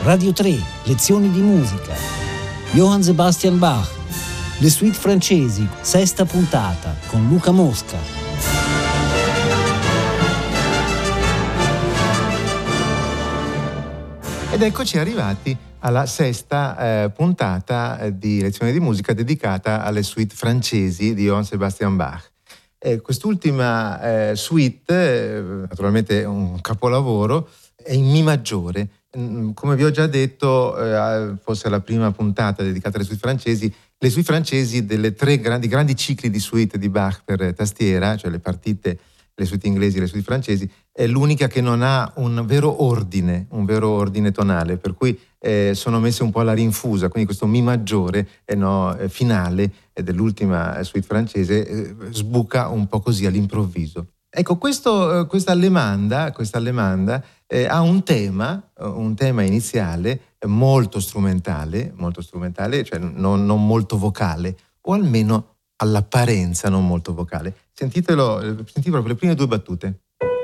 Radio 3, lezioni di musica. Johann Sebastian Bach, le suite francesi, sesta puntata, con Luca Mosca. Ed eccoci arrivati alla sesta puntata di lezioni di musica dedicata alle suite francesi di Johann Sebastian Bach. Quest'ultima suite, naturalmente un capolavoro, è in Mi maggiore. Come vi ho già detto, forse la prima puntata dedicata alle suite francesi, le suite francesi delle tre grandi cicli di suite di Bach per tastiera, cioè le partite, le suite inglesi e le suite francesi, è l'unica che non ha un vero ordine tonale, per cui sono messe un po' alla rinfusa, quindi questo Mi maggiore finale dell'ultima suite francese sbuca un po' così all'improvviso. Ecco, questa allemanda ha un tema iniziale molto strumentale, cioè non molto vocale, o almeno all'apparenza non molto vocale. Sentite proprio le prime due battute.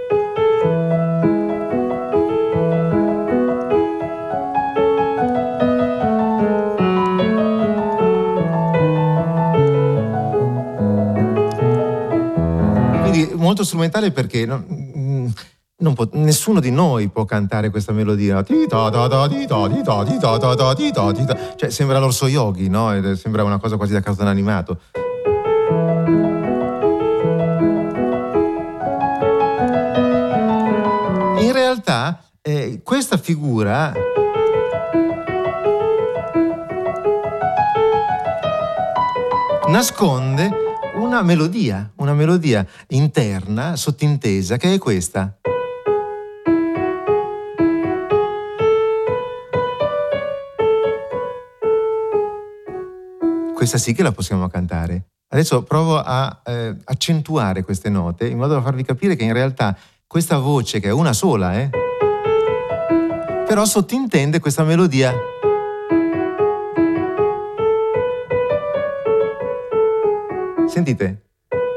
Quindi molto strumentale perché nessuno di noi può cantare questa melodia. Cioè sembra l'Orso Yogi, no? Sembra una cosa quasi da cartone animato. In realtà questa figura nasconde una melodia interna, sottintesa, che è questa. Questa sì che la possiamo cantare. Adesso provo a accentuare queste note in modo da farvi capire che in realtà questa voce, che è una sola, però sottintende questa melodia. Sentite?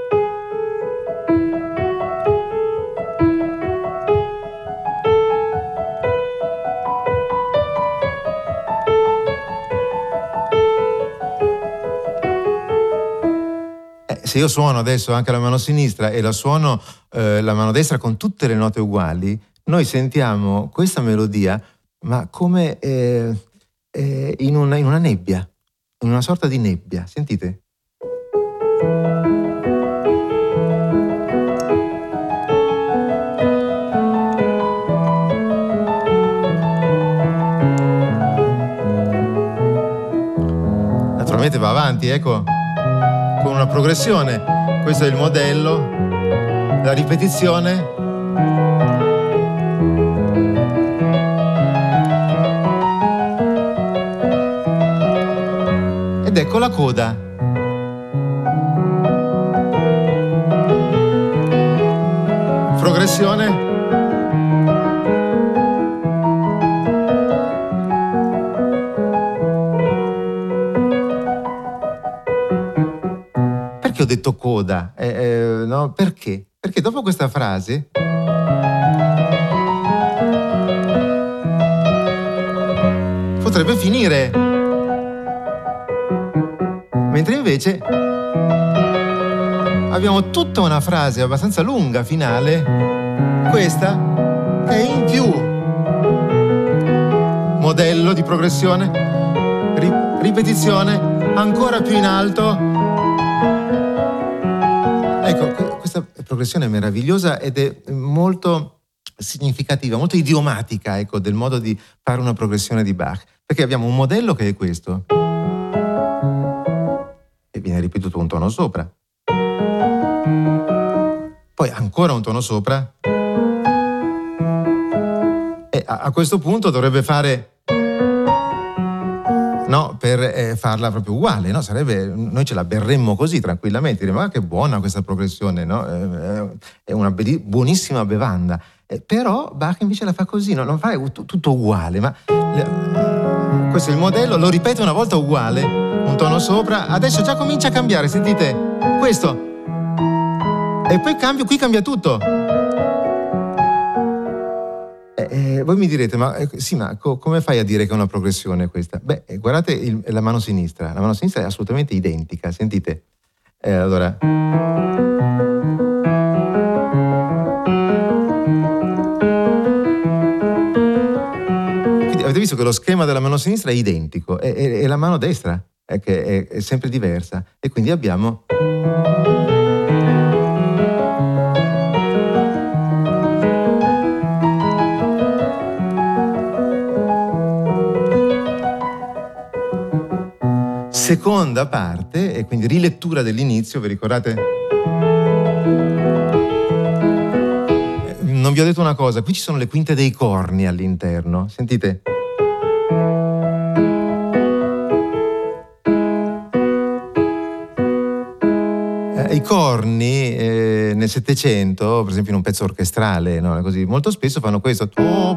Se io suono adesso anche la mano sinistra e la suono la mano destra con tutte le note uguali, noi sentiamo questa melodia, ma come in una nebbia, in una sorta di nebbia. Sentite? Naturalmente va avanti, ecco, con una progressione. Questo è il modello, la ripetizione. Ed ecco la coda. Progressione. Perché ho detto coda? No? Perché? Perché dopo questa frase potrebbe finire, mentre invece abbiamo tutta una frase abbastanza lunga finale, questa che è in più, modello di progressione, ripetizione, ancora più in alto. Ecco, questa progressione è meravigliosa ed è molto significativa, molto idiomatica, ecco, del modo di fare una progressione di Bach, perché abbiamo un modello che è questo e viene ripetuto un tono sopra, poi ancora un tono sopra e a questo punto dovrebbe fare, no, per farla proprio uguale, no? Noi ce la berremmo così tranquillamente, diremmo ma che buona questa progressione, no? È una buonissima bevanda, però Bach invece la fa così, no? Non fa tutto uguale, ma questo è il modello, lo ripete una volta uguale, un tono sopra, adesso già comincia a cambiare, sentite questo, e poi qui cambia tutto. Voi mi direte, ma sì, ma come fai a dire che è una progressione questa? Beh, guardate la mano sinistra è assolutamente identica, sentite. Allora. Quindi avete visto che lo schema della mano sinistra è identico, e la mano destra che è sempre diversa, e quindi abbiamo. Seconda parte, e quindi rilettura dell'inizio, vi ricordate? Non vi ho detto una cosa, qui ci sono le quinte dei corni all'interno, sentite? I corni nel Settecento, per esempio in un pezzo orchestrale, no? Così, molto spesso fanno questo.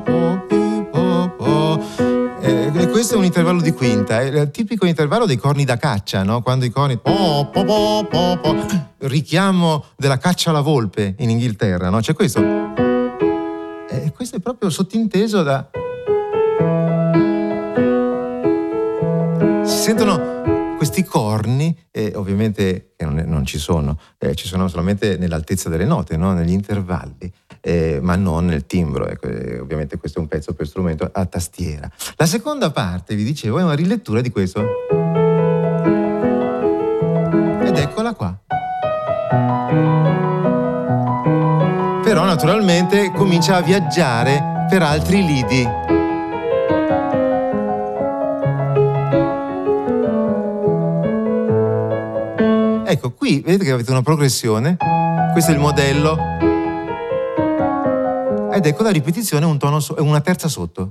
E questo è un intervallo di quinta, è il tipico intervallo dei corni da caccia, no? Quando i corni richiamo della caccia alla volpe in Inghilterra, no? C'è questo. E questo è proprio sottinteso da. Si sentono questi corni, ovviamente che non ci sono solamente nell'altezza delle note, no? Negli intervalli, ma non nel timbro. Ecco, ovviamente questo è un pezzo per strumento a tastiera. La seconda parte, vi dicevo, è una rilettura di questo. Ed eccola qua. Però naturalmente comincia a viaggiare per altri lidi. Ecco, qui vedete che avete una progressione, questo è il modello, ed ecco la ripetizione, un tono e una terza sotto.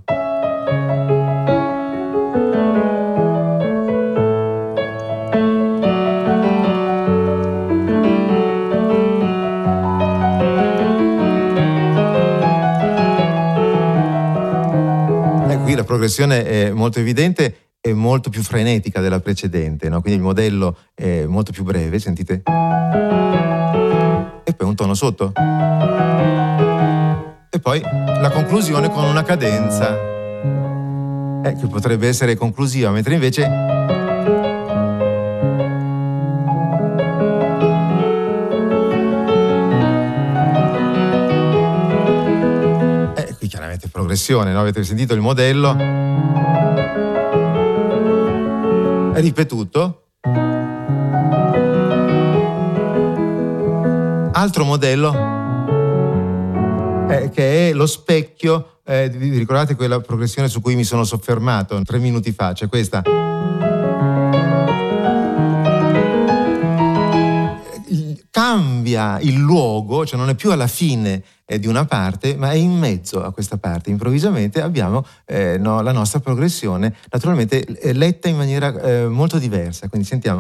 Qui la progressione è molto evidente, è molto più frenetica della precedente, no? Quindi il modello è molto più breve, sentite? E poi un tono sotto. E poi la conclusione con una cadenza, che potrebbe essere conclusiva, mentre invece qui chiaramente progressione, no? Avete sentito il modello? Ripetuto. Altro modello che è lo specchio, vi ricordate quella progressione su cui mi sono soffermato 3 minuti fa? C'è questa. Cambia il luogo, cioè non è più alla fine di una parte, ma è in mezzo a questa parte. Improvvisamente abbiamo la nostra progressione, naturalmente letta in maniera molto diversa. Quindi sentiamo.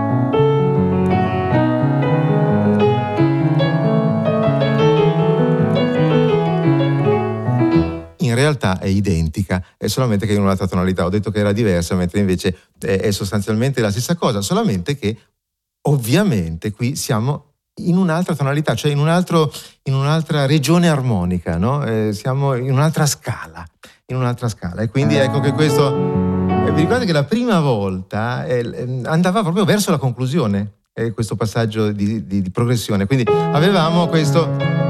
In realtà è identica, è solamente che in un'altra tonalità. Ho detto che era diversa, mentre invece è sostanzialmente la stessa cosa, solamente che ovviamente qui siamo in un'altra tonalità, cioè in un'altra regione armonica, no? Siamo in un'altra scala, e quindi ecco che questo. Vi ricordate che la prima volta andava proprio verso la conclusione, questo passaggio di progressione, quindi avevamo questo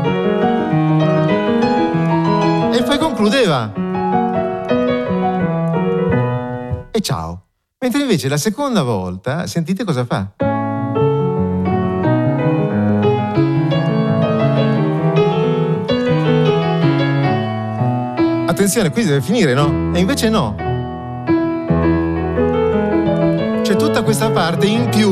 e poi concludeva e ciao, mentre invece la seconda volta sentite cosa fa. Attenzione, qui deve finire, no? E invece no. C'è tutta questa parte in più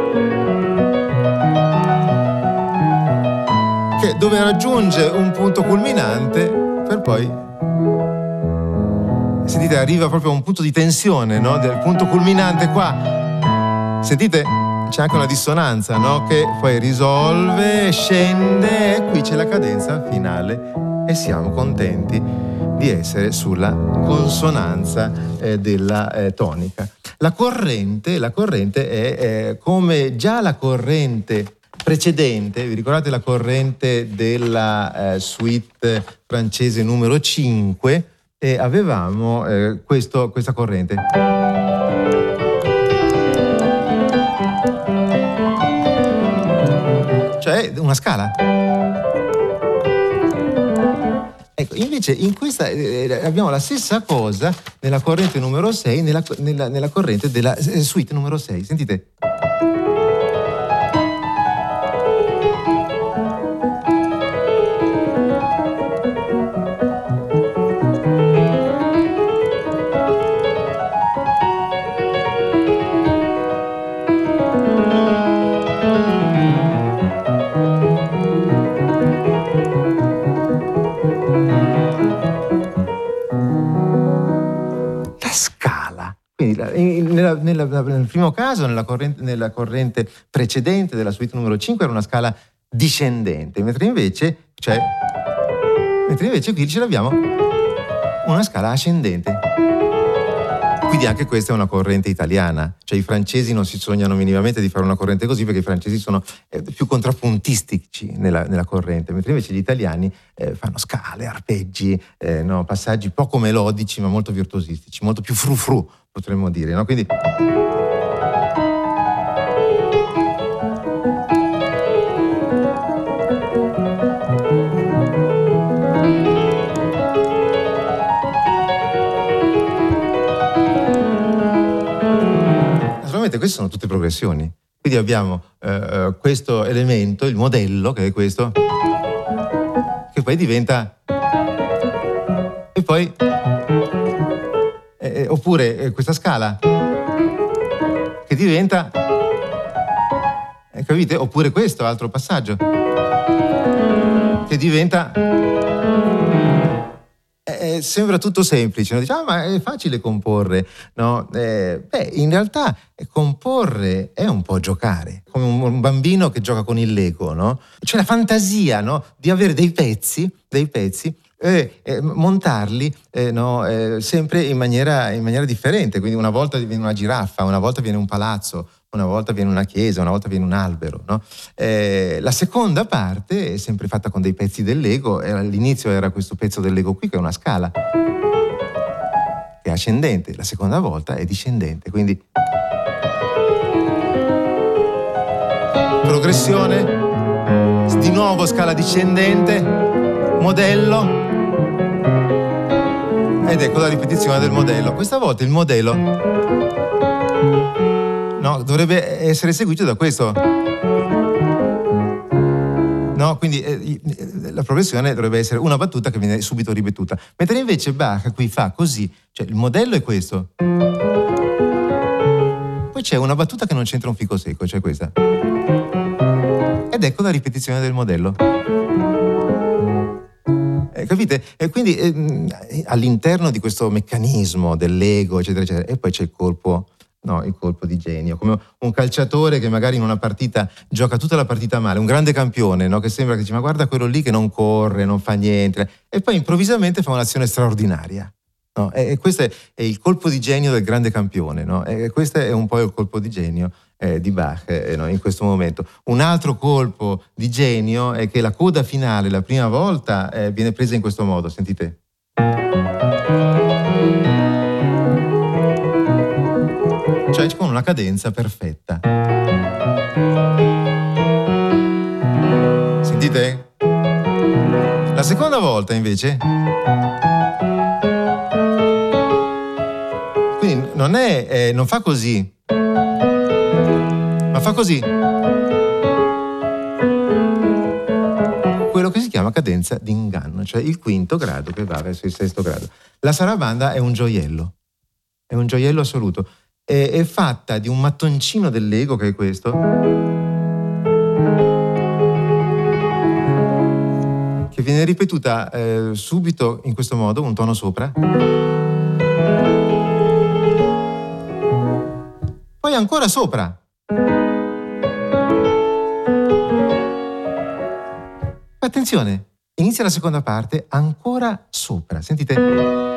che dove raggiunge un punto culminante per poi, sentite, arriva proprio a un punto di tensione, no? Del punto culminante qua. Sentite? C'è anche una dissonanza, no? Che poi risolve, scende, e qui c'è la cadenza finale e siamo contenti di essere sulla consonanza della tonica. La corrente è come già la corrente precedente, vi ricordate la corrente della suite francese numero 5? E avevamo questa corrente. Cioè una scala. Ecco, invece in questa abbiamo la stessa cosa nella corrente numero 6, nella corrente della suite numero 6. Sentite. Nel primo caso, nella corrente precedente della suite numero 5 era una scala discendente, mentre invece qui ce l'abbiamo una scala ascendente. Quindi anche questa è una corrente italiana, cioè i francesi non si sognano minimamente di fare una corrente così, perché i francesi sono più contrappuntistici nella corrente, mentre invece gli italiani fanno scale, arpeggi, passaggi poco melodici ma molto virtuosistici, molto più frufru, potremmo dire, no? Quindi queste sono tutte progressioni. Quindi abbiamo questo elemento, il modello, che è questo, che poi diventa, e poi oppure questa scala che diventa, capite? Oppure questo altro passaggio che diventa. Sembra tutto semplice, no? Dice, ma è facile comporre, no? In realtà comporre è un po' giocare, come un bambino che gioca con il Lego, no? C'è la fantasia, no? Di avere dei pezzi e montarli sempre in maniera differente. Quindi una volta viene una giraffa, una volta viene un palazzo, una volta viene una chiesa, una volta viene un albero, no? La seconda parte è sempre fatta con dei pezzi del Lego, e all'inizio era questo pezzo del Lego qui che è una scala che è ascendente, la seconda volta è discendente, quindi progressione, di nuovo scala discendente, modello, ed ecco la ripetizione del modello. Questa volta il modello dovrebbe essere seguito da questo. No, quindi la progressione dovrebbe essere una battuta che viene subito ripetuta. Mentre invece Bach qui fa così, cioè il modello è questo. Poi c'è una battuta che non c'entra un fico secco, cioè questa. Ed ecco la ripetizione del modello. Capite? E quindi all'interno di questo meccanismo dell'ego, eccetera, eccetera, e poi c'è il colpo di genio, come un calciatore che magari in una partita gioca tutta la partita male, un grande campione, no? Che sembra che dice, ma guarda quello lì che non corre, non fa niente, e poi improvvisamente fa un'azione straordinaria, no? E questo è il colpo di genio del grande campione, no? E questo è un po' il colpo di genio di Bach in questo momento. Un altro colpo di genio è che la coda finale, la prima volta, viene presa in questo modo, sentite. Cioè con una cadenza perfetta. Sentite? La seconda volta invece, quindi non fa così, ma fa così. Quello che si chiama cadenza d'inganno, cioè il quinto grado che va verso il sesto grado. La sarabanda è un gioiello assoluto. È fatta di un mattoncino dell'ego, che è questo, che viene ripetuta subito in questo modo, un tono sopra, poi ancora sopra, attenzione, inizia la seconda parte ancora sopra, sentite.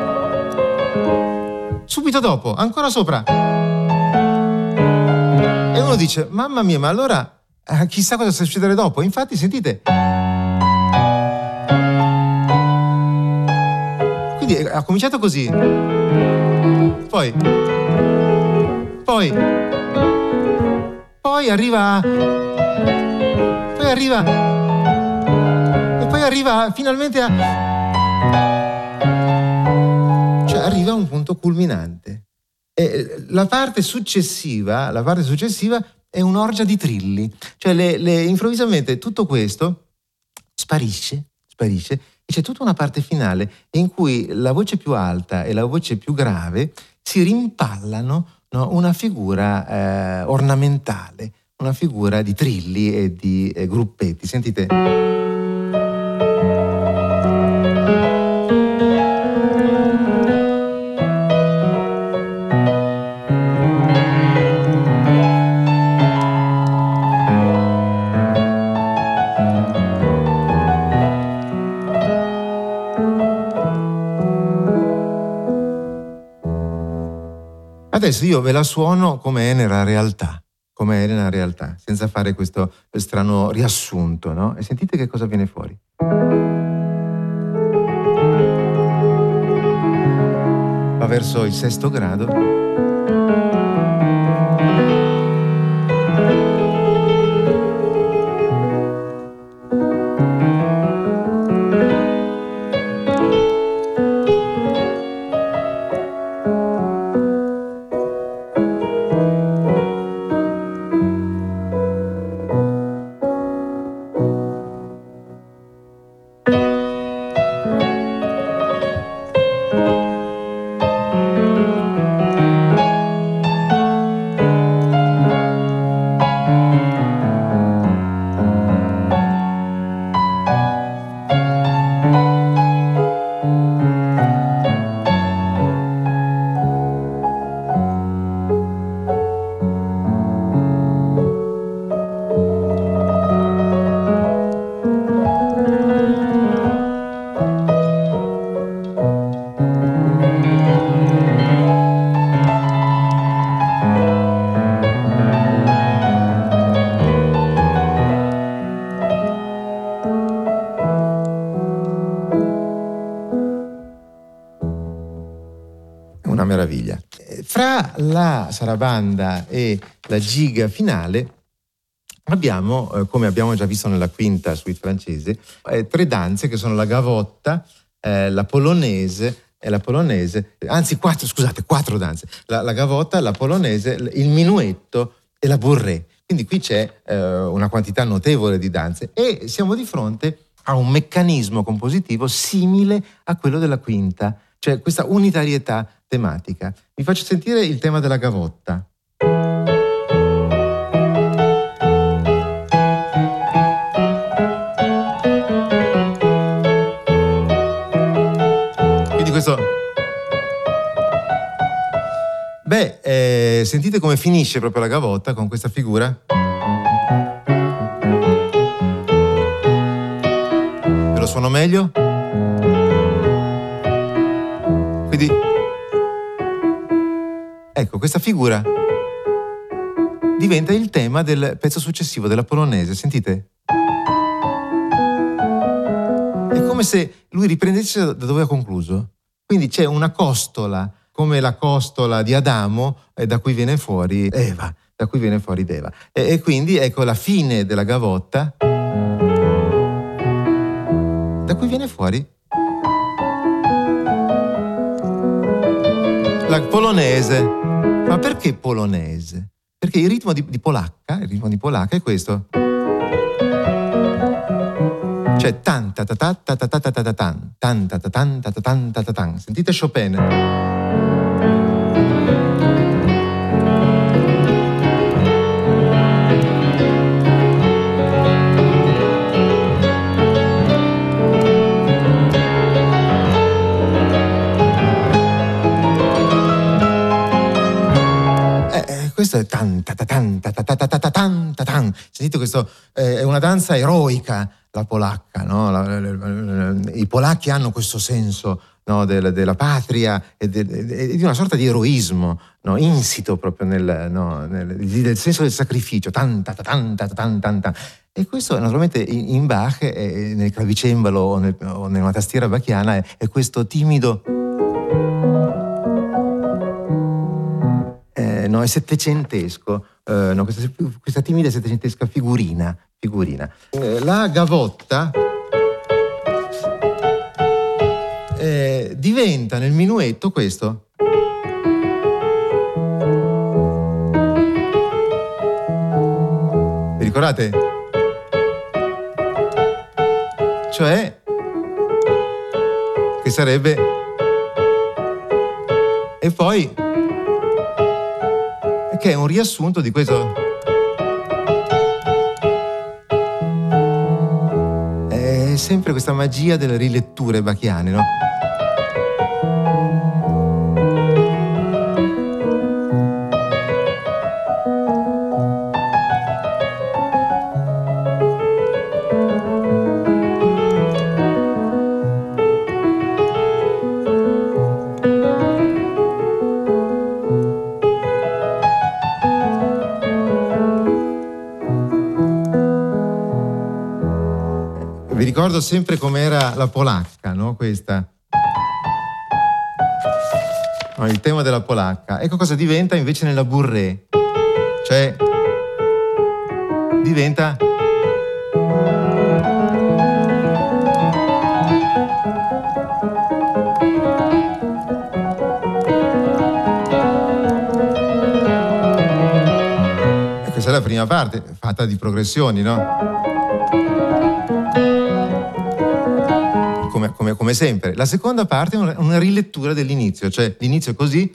Subito dopo, ancora sopra. E uno dice, mamma mia, ma allora chissà cosa succederà dopo. Infatti, sentite. Quindi ha cominciato così. Poi arriva finalmente arriva a un punto culminante. E la parte successiva è un'orgia di trilli. Cioè improvvisamente tutto questo sparisce e c'è tutta una parte finale in cui la voce più alta e la voce più grave si rimpallano, no, una figura ornamentale, una figura di trilli e di gruppetti. Sentite. Adesso io ve la suono come è nella realtà, senza fare questo strano riassunto, no? E sentite che cosa viene fuori. Va verso il 6° grado. Una meraviglia. Fra la sarabanda e la giga finale abbiamo, come abbiamo già visto nella quinta suite francese, 3 danze che sono la gavotta, la polonese, anzi 4 danze, la gavotta, la polonese, il minuetto e la bourrée. Quindi qui c'è una quantità notevole di danze e siamo di fronte a un meccanismo compositivo simile a quello della quinta, cioè questa unitarietà tematica. Vi faccio sentire il tema della gavotta. Quindi questo... sentite come finisce proprio la gavotta con questa figura? Ve lo suono meglio? Quindi, ecco, questa figura diventa il tema del pezzo successivo, della polonese. Sentite? È come se lui riprendesse da dove ha concluso. Quindi c'è una costola, come la costola di Adamo, da cui viene fuori Eva, Eva. E quindi ecco la fine della gavotta, da cui viene fuori la polonese. Ma perché polonese? Perché il ritmo di polacca è questo. Cioè tan ta ta ta ta ta ta ta ta tan tan ta ta tan ta ta tan ta ta tan. Sentite Chopin. Questo è tan ta ta tan ta ta ta ta ta tan ta tan. Sentite, questo è una danza eroica, la polacca, no? I polacchi hanno questo senso no, della patria e di una sorta di eroismo, no, insito proprio nel senso del sacrificio, tan, tan, tan, tan, tan, tan, tan. E questo naturalmente in Bach, nel clavicembalo o nella tastiera bachiana, è questo timido, no, è settecentesco, no, questa timida settecentesca figurina. La gavotta diventa nel minuetto questo. Vi ricordate? Cioè, che sarebbe, e poi che è un riassunto di questo. È sempre questa magia delle riletture bachiane, no? Vi ricordo sempre com'era la polacca, no? Questa. No, il tema della polacca. Ecco cosa diventa invece nella Bourrée. Cioè, diventa... E questa è la prima parte, fatta di progressioni, no? Come sempre. La seconda parte è una rilettura dell'inizio, cioè l'inizio è così.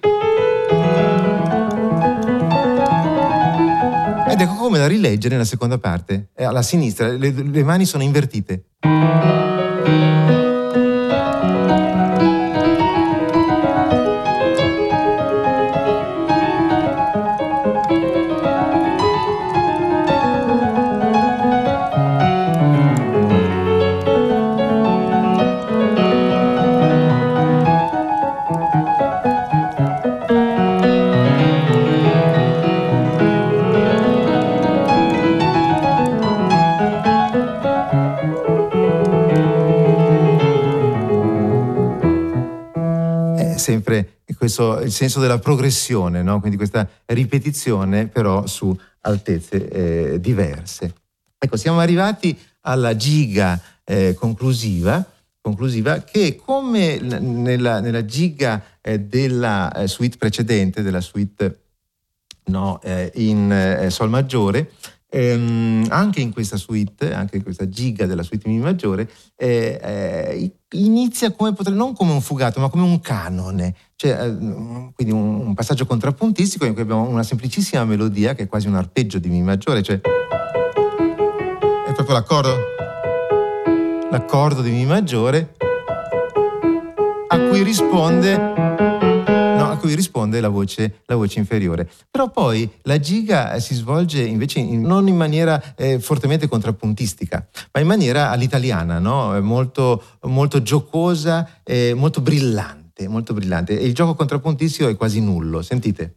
Ed ecco come da rileggere nella seconda parte. Alla sinistra, le mani sono invertite. Sempre questo, il senso della progressione, no? Quindi questa ripetizione però su altezze diverse. Ecco, siamo arrivati alla giga conclusiva che, come nella giga della suite precedente, della suite in sol maggiore, anche in questa suite, anche in questa giga della suite in mi maggiore, inizia come non come un fugato, ma come un canone, cioè quindi un passaggio contrappuntistico in cui abbiamo una semplicissima melodia che è quasi un arpeggio di mi maggiore, cioè è proprio l'accordo di mi maggiore a cui risponde la voce inferiore. Però poi la giga si svolge invece non in maniera fortemente contrappuntistica, ma in maniera all'italiana, no? Molto, molto giocosa, molto brillante. E il gioco contrappuntistico è quasi nullo. Sentite.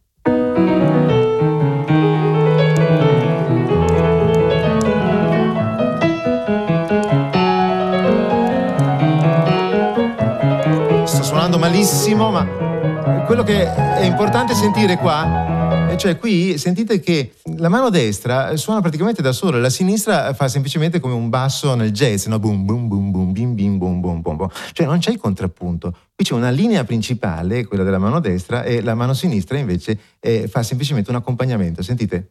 Sto suonando malissimo, ma quello che è importante sentire qua, cioè qui sentite che la mano destra suona praticamente da sola, la sinistra fa semplicemente come un basso nel jazz, no? Boom, boom, boom, boom, bim, bim, boom, boom, boom, boom. Cioè non c'è il contrappunto. Qui c'è una linea principale, quella della mano destra, e la mano sinistra invece fa semplicemente un accompagnamento. Sentite?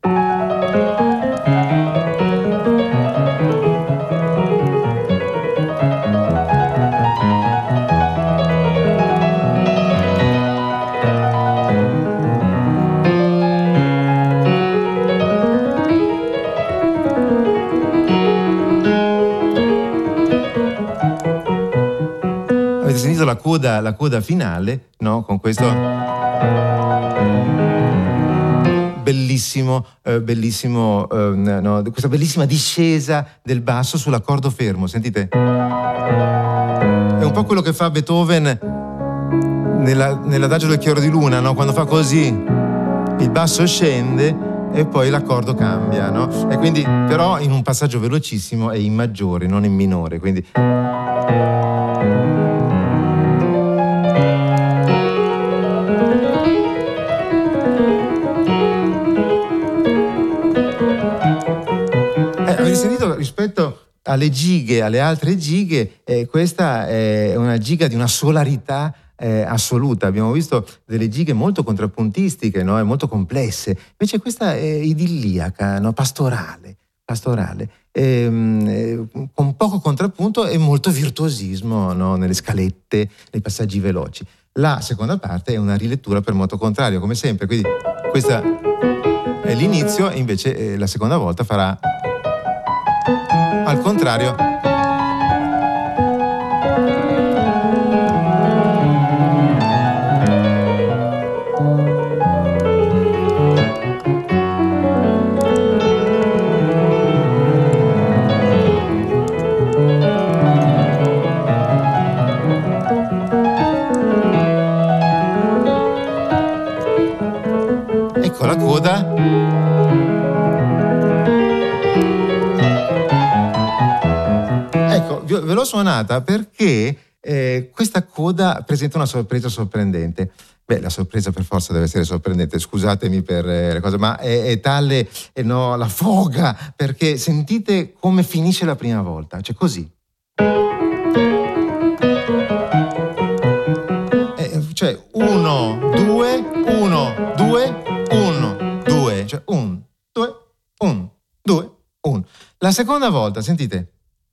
Avete sentito la coda finale, no? Con questo bellissimo, no? Questa bellissima discesa del basso sull'accordo fermo, sentite? È un po' quello che fa Beethoven nell'adagio del chiaro di luna, no? Quando fa così, il basso scende e poi l'accordo cambia, no? E quindi, però in un passaggio velocissimo è in maggiore, non in minore, quindi... Avete sentito rispetto alle gighe, alle altre gighe, questa è una giga di una solarità assoluta. Abbiamo visto delle gighe molto contrappuntistiche, no? E molto complesse. Invece questa è idilliaca, no? Pastorale, con poco contrappunto e molto virtuosismo, no? Nelle scalette, nei passaggi veloci. La seconda parte è una rilettura per moto contrario, come sempre. Quindi questa è l'inizio e invece la seconda volta farà al contrario. Ecco la coda. Ve l'ho suonata perché questa coda presenta una sorpresa sorprendente. Beh, la sorpresa per forza deve essere sorprendente, scusatemi per le cose, ma è tale la foga, perché sentite come finisce la prima volta, cioè così. Cioè 1, 2, 1, 2, 1, 2, cioè 1, 2, 1, 2, 1. La seconda volta, sentite.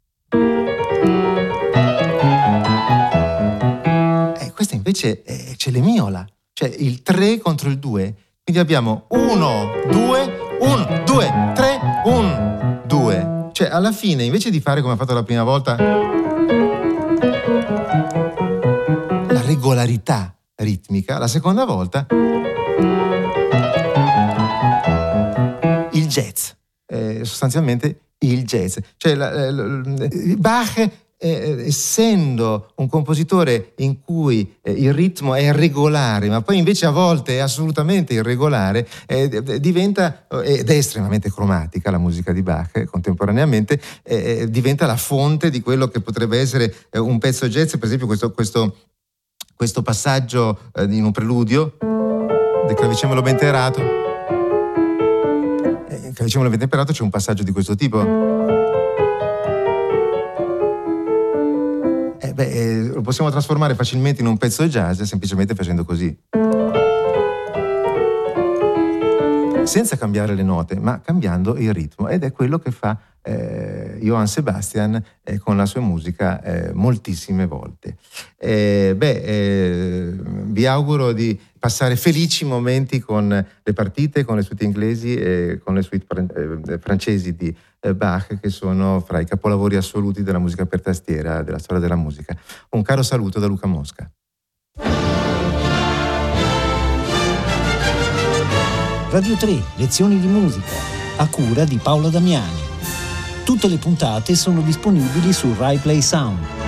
Questa invece ce le miola, cioè il 3 contro il 2. Quindi abbiamo 1, 2, 1, 2, 3, 1, 2. Cioè alla fine, invece di fare come ha fatto la prima volta, la regolarità ritmica, la seconda volta il jazz, sostanzialmente il jazz. Cioè Bach, essendo un compositore in cui il ritmo è regolare, ma poi invece a volte è assolutamente irregolare, diventa, ed è estremamente cromatica la musica di Bach contemporaneamente, diventa la fonte di quello che potrebbe essere un pezzo jazz. Per esempio questo passaggio in un preludio del clavicembalo ben temperato. Il clavicembalo ben temperato, c'è un passaggio di questo tipo. Lo possiamo trasformare facilmente in un pezzo jazz semplicemente facendo così, senza cambiare le note, ma cambiando il ritmo, ed è quello che fa Johann Sebastian con la sua musica moltissime volte. Vi auguro di passare felici momenti con le partite, con le suite inglesi e con le suite francesi di Bach, che sono fra i capolavori assoluti della musica per tastiera della storia della musica. Un caro saluto da Luca Mosca. Radio 3, lezioni di musica, a cura di Paolo Damiani. Tutte le puntate sono disponibili su Rai Play Sound.